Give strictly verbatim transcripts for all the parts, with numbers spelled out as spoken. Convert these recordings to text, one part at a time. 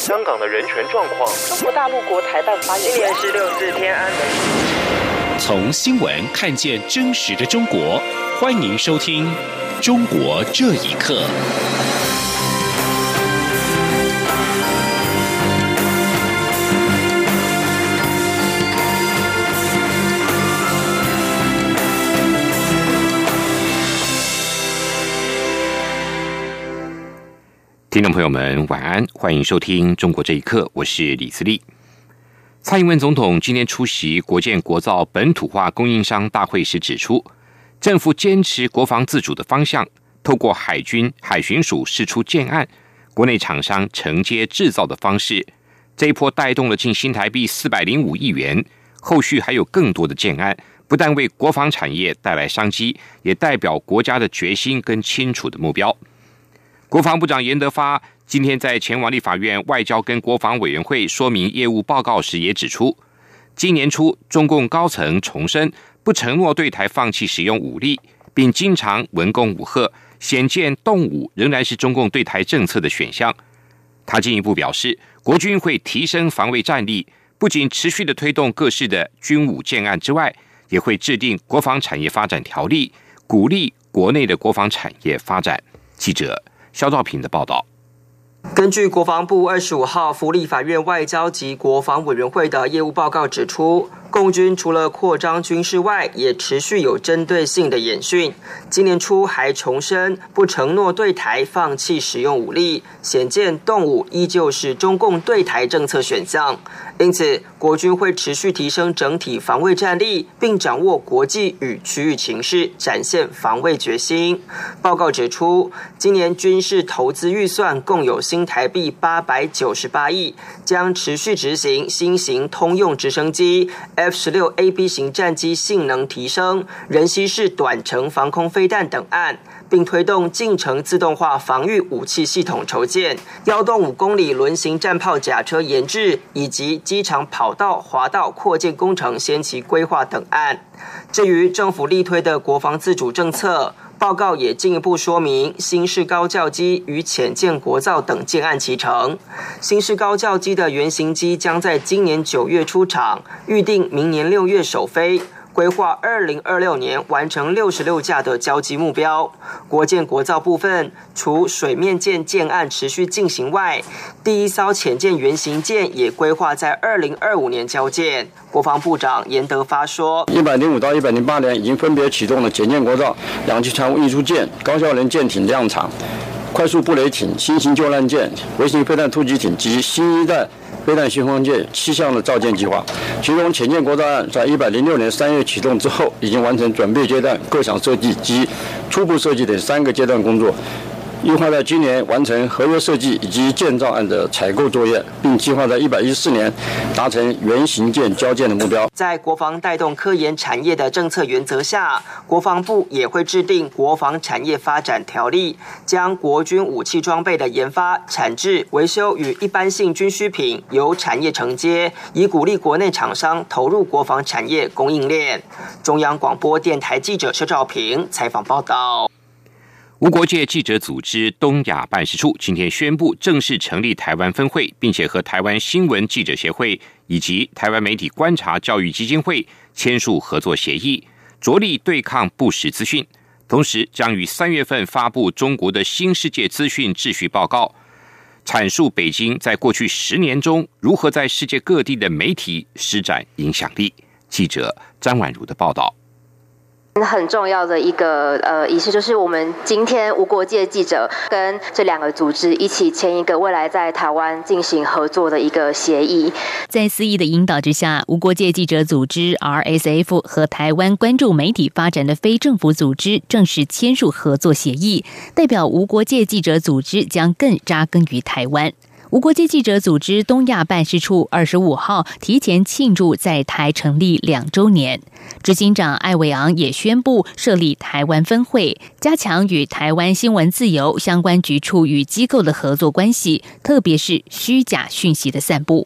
香港的人权状况。 中国大陆国台办发言人。 今年是六四天安门。 从新闻看见真实的中国，欢迎收听《中国这一刻》。听众朋友们，晚安，欢迎收听《中国这一刻》，我是李自立。蔡英文总统今天出席国建国造本土化供应商大会时指出，政府坚持国防自主的方向，透过海军海巡署释出建案，国内厂商承接制造的方式，这一波带动了近新台币四百零五亿元，后续还有更多的建案，不但为国防产业带来商机，也代表国家的决心跟清楚的目标。国防部长严德发今天在前往立法院外交跟国防委员会说明业务报告时也指出，今年初中共高层重申不承诺对台放弃使用武力，并经常文攻武吓，显见动武仍然是中共对台政策的选项。他进一步表示，国军会提升防卫战力，不仅持续的推动各式的军武建案之外，也会制定国防产业发展条例，鼓励国内的国防产业发展。记者肖兆平的报道。 根据国防部二十五号赴立法院外交及国防委员会的业务报告指出，共军除了扩张军事外，也持续有针对性的演训。今年初还重申不承诺对台放弃使用武力，显见动武依旧是中共对台政策选项。因此，国军会持续提升整体防卫战力，并掌握国际与区域情势，展现防卫决心。报告指出，今年军事投资预算共有新台币八百九十八亿，将持续执行新型通用直升机、F 十六 A B 型战机性能提升、人携式短程防空飞弹等案，并推动近程自动化防御武器系统筹建、幺洞五公里轮型战炮甲车研制，以及机场跑道、滑道扩建工程先期规划等案。至于政府力推的国防自主政策，报告也进一步说明，新式高教机与潜舰国造等建案齐成。新式高教机的原型机将在今年九月出厂，预定明年六月首飞。规划二零二六年完成六十六架的交机目标。国建国造部分，除水面舰建案持续进行外，第一艘潜舰原型舰也规划在二零二五年交建。国防部长严德发说， 一百零五到一百零八年已经分别启动了潜舰国造、两栖船坞运输舰、高效能舰艇量产、快速布雷艇、新型救难舰、微型飞弹突击艇及新一代飞弹巡防舰七项的造舰计划，其中潜舰国造案在一百零六年三月启动之后，已经完成准备阶段、各项设计及初步设计等三个阶段工作，计划在今年完成合约设计以及建造案的采购作业，并计划在一百一十四年达成原型舰交建的目标。 在国防带动科研产业的政策原则下，国防部也会制定国防产业发展条例，将国军武器装备的研发、产制、维修与一般性军需品由产业承接，以鼓励国内厂商投入国防产业供应链。中央广播电台记者薛兆平采访报道。 无国界记者组织东亚办事处今天宣布正式成立台湾分会，并且和台湾新闻记者协会以及台湾媒体观察教育基金会签署合作协议，着力对抗不实资讯。同时将于三月份发布中国的新世界资讯秩序报告，阐述北京在过去十年中如何在世界各地的媒体施展影响力。记者张婉如的报道。 很重要的一个呃仪式，就是我们今天无国界记者跟这两个组织一起签一个未来在台湾进行合作的一个协议。 在司仪的引导之下，无国界记者组织 R S F 和台湾关注媒体发展的非政府组织正式签署合作协议，代表无国界记者组织将更扎根于台湾。无国界记者组织东亚办事处二十五号提前庆祝在台成立两周年，执行长艾伟昂也宣布设立台湾分会，加强与台湾新闻自由相关局处与机构的合作关系，特别是虚假讯息的散布。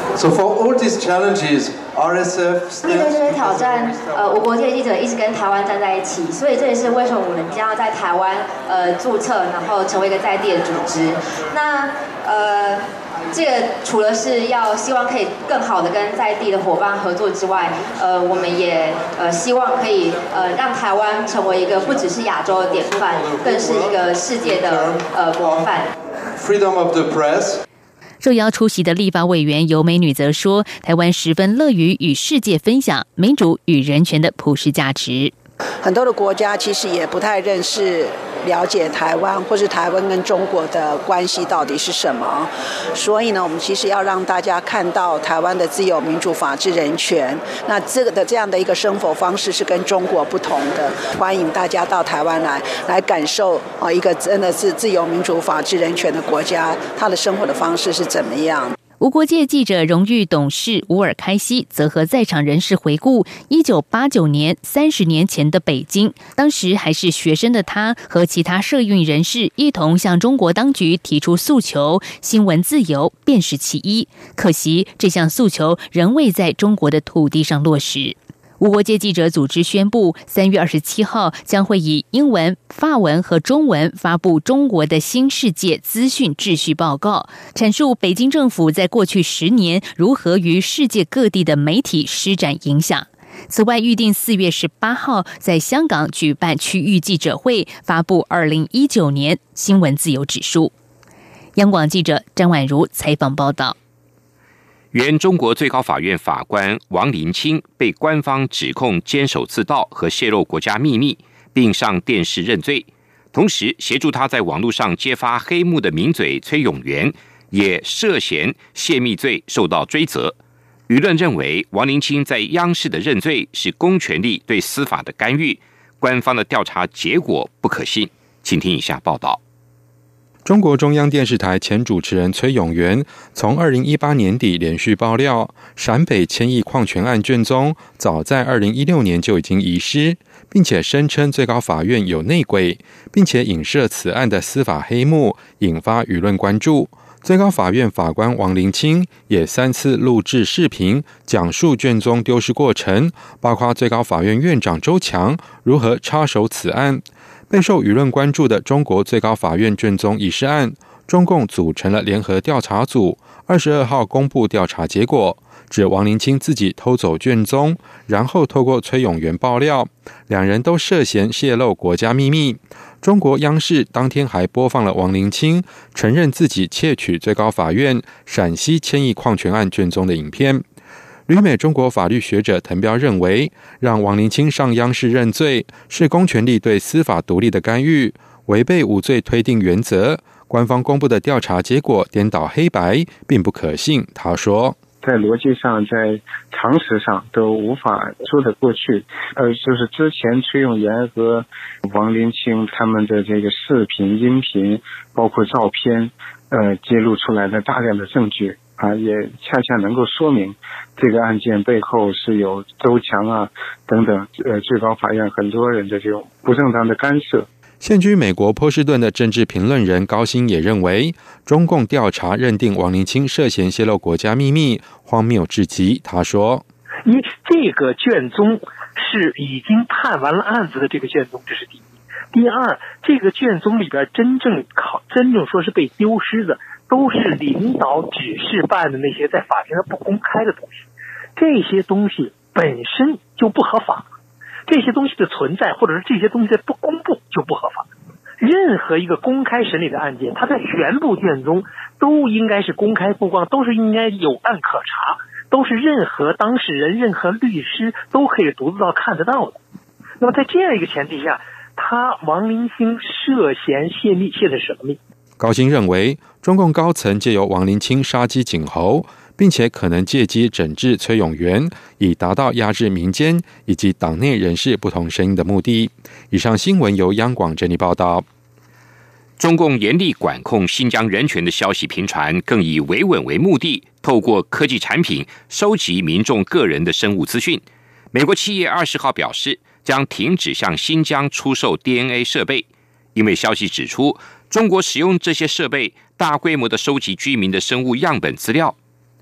So for all these challenges, R S F 面对这些挑战，呃，无国界记者一直跟台湾站在一起，所以这也是为什么我们将要在台湾呃注册，然后成为一个在地的组织。那呃。这个除了是要希望可以更好的跟在地的伙伴合作之外，呃，我们也呃希望可以呃让台湾成为一个不只是亚洲的典范，更是一个世界的呃模范。 Freedom of the press。 受邀出席的立法委员尤美女则说，台湾十分乐于与世界分享民主与人权的普世价值。 很多的国家其实也不太认识了解台湾，或是台湾跟中国的关系到底是什么。所以呢，我们其实要让大家看到台湾的自由、民主、法治、人权。那这个的这样的一个生活方式是跟中国不同的。欢迎大家到台湾来，来感受啊，一个真的是自由、民主、法治、人权的国家，它的生活的方式是怎么样。 无国界记者荣誉董事乌尔开西则和在场人士回顾一九八九年三十年前的北京，当时还是学生的他和其他社运人士一同向中国当局提出诉求，新闻自由便是其一。可惜这项诉求仍未在中国的土地上落实。无国界记者组织宣布，三月二十七号将会以英文、法文和中文发布中国的新世界资讯秩序报告，阐述北京政府在过去十年如何于世界各地的媒体施展影响。此外，预定四月十八号在香港举办区域记者会，发布二零一九年新闻自由指数。央广记者张婉如采访报道。 原中国最高法院法官王林清被官方指控监守自盗和泄露国家秘密，并上电视认罪。同时，协助他在网络上揭发黑幕的名嘴崔永元也涉嫌泄密罪受到追责。舆论认为，王林清在央视的认罪是公权力对司法的干预，官方的调查结果不可信。请听以下报道。 中国中央电视台前主持人崔永元从二零一八年底连续爆料，陕北千亿矿权案卷宗早在二零一六年就已经遗失，并且声称最高法院有内鬼，并且影射此案的司法黑幕，引发舆论关注。最高法院法官王林清也三次录制视频，讲述卷宗丢失过程，包括最高法院院长周强如何插手此案。备受舆论关注的中国最高法院卷宗遗失案，中共组成了联合调查组，二十二号公布调查结果，指王林清自己偷走卷宗，然后透过崔永元爆料，两人都涉嫌泄露国家秘密。中国央视当天还播放了王林清承认自己窃取最高法院陕西千亿矿权案卷宗的影片。旅美中国法律学者滕彪认为，让王林清上央视认罪是公权力对司法独立的干预，违背无罪推定原则。官方公布的调查结果颠倒黑白，并不可信。他说， 在逻辑上，在常识上都无法说得过去。呃，就是之前崔永元和王林清他们的这个视频、音频，包括照片，呃，揭露出来的大量的证据啊，也恰恰能够说明这个案件背后是有周强啊等等呃最高法院很多人的这种不正当的干涉。 现居美国波士顿的政治评论人高薪也认为，中共调查认定王林清涉嫌泄露国家秘密，荒谬至极。他说， 一这个卷宗是已经判完了案子的这个卷宗，这是第一。第二，这个卷宗里边真正考真正说是被丢失的，都是领导指示办的那些在法庭上不公开的东西，这些东西本身就不合法，这些东西的存在或者是这些东西的不公布就不合法。任何一个公开审理的案件，它的全部卷宗都应该是公开曝光，都是应该有案可查，都是任何当事人、任何律师都可以读得到、看得到的。那么在这样一个前提下，他王林清涉嫌泄密，泄的什么密？ 高薪认为，中共高层借由王林清杀鸡儆猴，并且可能借机整治崔永元，以达到压制民间以及党内人士不同声音的目的。以上新闻由央广整理报道。 中共严厉管控新疆人权的消息频传，更以维稳为目的，透过科技产品收集民众个人的生物资讯。美国企业二十号表示，将停止向新疆出售 D N A 设备，因为消息指出，中国使用这些设备大规模的收集居民的生物样本资料。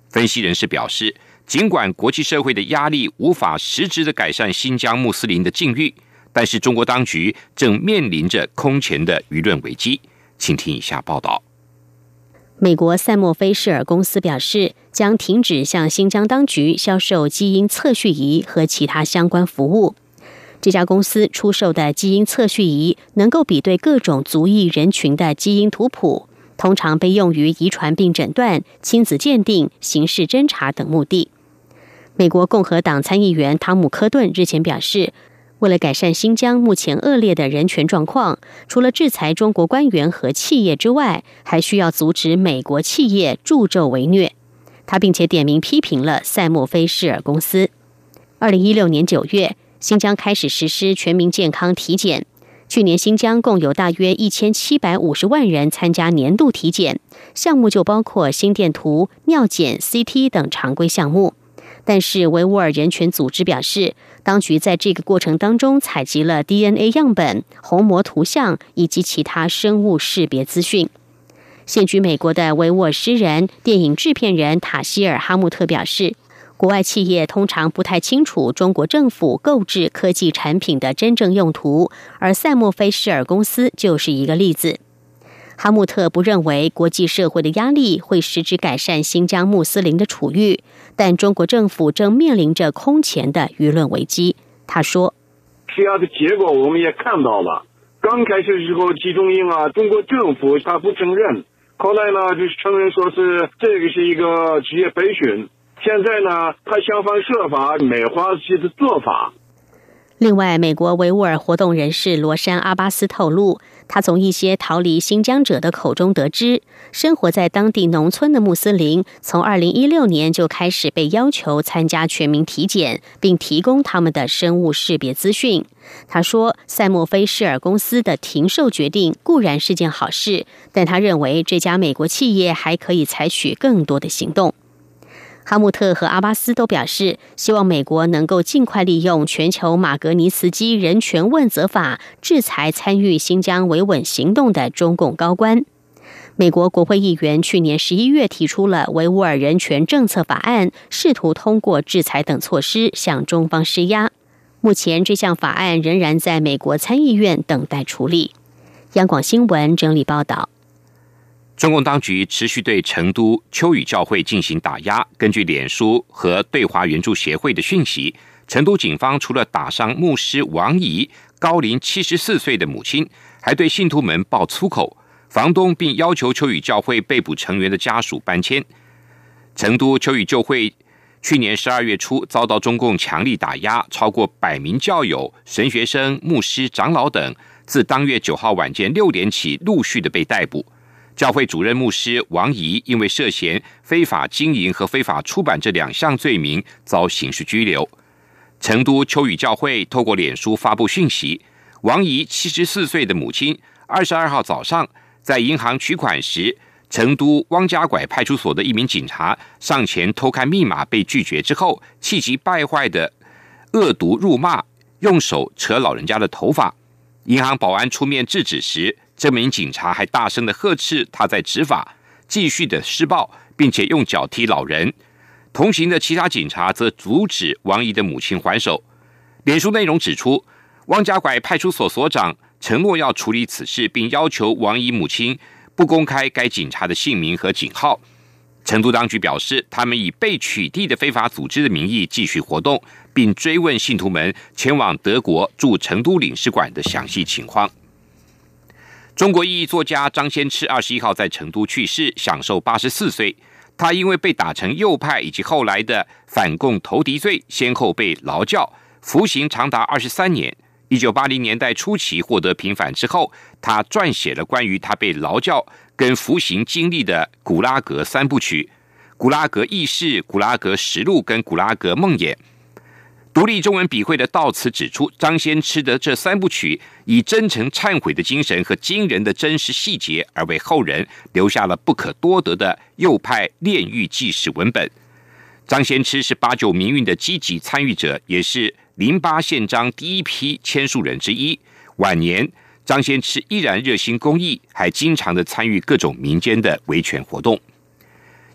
分析人士表示，尽管国际社会的压力无法实质的改善新疆穆斯林的境遇，但是中国当局正面临着空前的舆论危机。请听以下报道。 美国赛默菲士尔公司表示，将停止向新疆当局销售基因测序仪和其他相关服务。这家公司出售的基因测序仪能够比对各种族裔人群的基因图谱，通常被用于遗传病诊断、亲子鉴定、刑事侦查等目的。美国共和党参议员汤姆·科顿日前表示，为了改善新疆目前恶劣的人权状况，除了制裁中国官员和企业之外，还需要阻止美国企业助纣为虐。他并且点名批评了赛默菲士尔公司。二零一六年九月，新疆开始实施全民健康体检。去年新疆共有大约一千七百五十万人参加年度体检，项目就包括心电图、尿检、C T 等常规项目。但是维吾尔人权组织表示，当局在这个过程当中采集了 D N A 样本、虹膜图像以及其他生物识别资讯。现居美国的维吾尔诗人、电影制片人塔希尔·哈穆特表示，国外企业通常不太清楚中国政府购置科技产品的真正用途，而赛默菲士尔公司就是一个例子。哈穆特不认为国际社会的压力会实质改善新疆穆斯林的处遇，但中国政府正面临着空前的舆论危机。他说， 这样的结果我们也看到了，刚开始的时候集中营啊，中国政府他不承认，后来呢就是承认说是这个是一个职业培训，现在呢他想方设法美化自己的做法。 另外，美国维吾尔活动人士罗山阿巴斯透露，他从一些逃离新疆者的口中得知，生活在当地农村的穆斯林从二零一六年就开始被要求参加全民体检，并提供他们的生物识别资讯。他说，赛默菲士尔公司的停售决定固然是件好事，但他认为这家美国企业还可以采取更多的行动。哈穆特和阿巴斯都表示，希望美国能够尽快利用全球马格尼茨基人权问责法制裁参与新疆维稳行动的中共高官。美国国会议员去年十一月提出了维吾尔人权政策法案，试图通过制裁等措施向中方施压。目前这项法案仍然在美国参议院等待处理。央广新闻整理报道。 中共当局持续对成都秋雨教会进行打压。根据脸书和对华援助协会的讯息，成都警方除了打伤牧师王怡高龄七十四岁的母亲，还对信徒们爆粗口，房东并要求秋雨教会被捕成员的家属搬迁。成都秋雨教会去年十二月初遭到中共强力打压，超过百名教友、神学生、牧师、长老等，自当月九号晚间六点起陆续的被逮捕。教会主任牧师王怡因为涉嫌非法经营和非法出版这两项罪名遭刑事拘留。成都秋雨教会透过脸书发布讯息，王怡七十四岁的母亲二十二号早上在银行取款时，成都汪家拐派出所的一名警察上前偷看密码被拒绝之后，气急败坏的恶毒辱骂，用手扯老人家的头发。银行保安出面制止时，这名警察还大声的呵斥他在执法，继续的施暴，并且用脚踢老人。同行的其他警察则阻止王怡的母亲还手。脸书内容指出，汪家拐派出所所长承诺要处理此事，并要求王怡母亲不公开该警察的姓名和警号。成都当局表示，他们以被取缔的非法组织的名义继续活动，并追问信徒们前往德国驻成都领事馆的详细情况。中国裔作家张先炽二十一号在成都去世，享寿八十四岁。他因为被打成右派以及后来的反共投敌罪，先后被劳教，服刑长达二十三年。一九八零年代初期获得平反之后，他撰写了关于他被劳教跟服刑经历的古拉格三部曲：古拉格轶事、古拉格实录跟古拉格梦魇。独立中文笔会的悼词指出，张先炽的这三部曲以真诚忏悔的精神和惊人的真实细节，而为后人留下了不可多得的右派炼狱纪实文本。张先炽是八九民运的积极参与者，也是零八宪章第一批签署人之一。晚年，张先炽依然热心公益，还经常的参与各种民间的维权活动。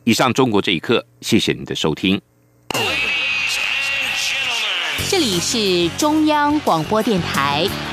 以上中国这一刻，谢谢您的收听。 这里是中央广播电台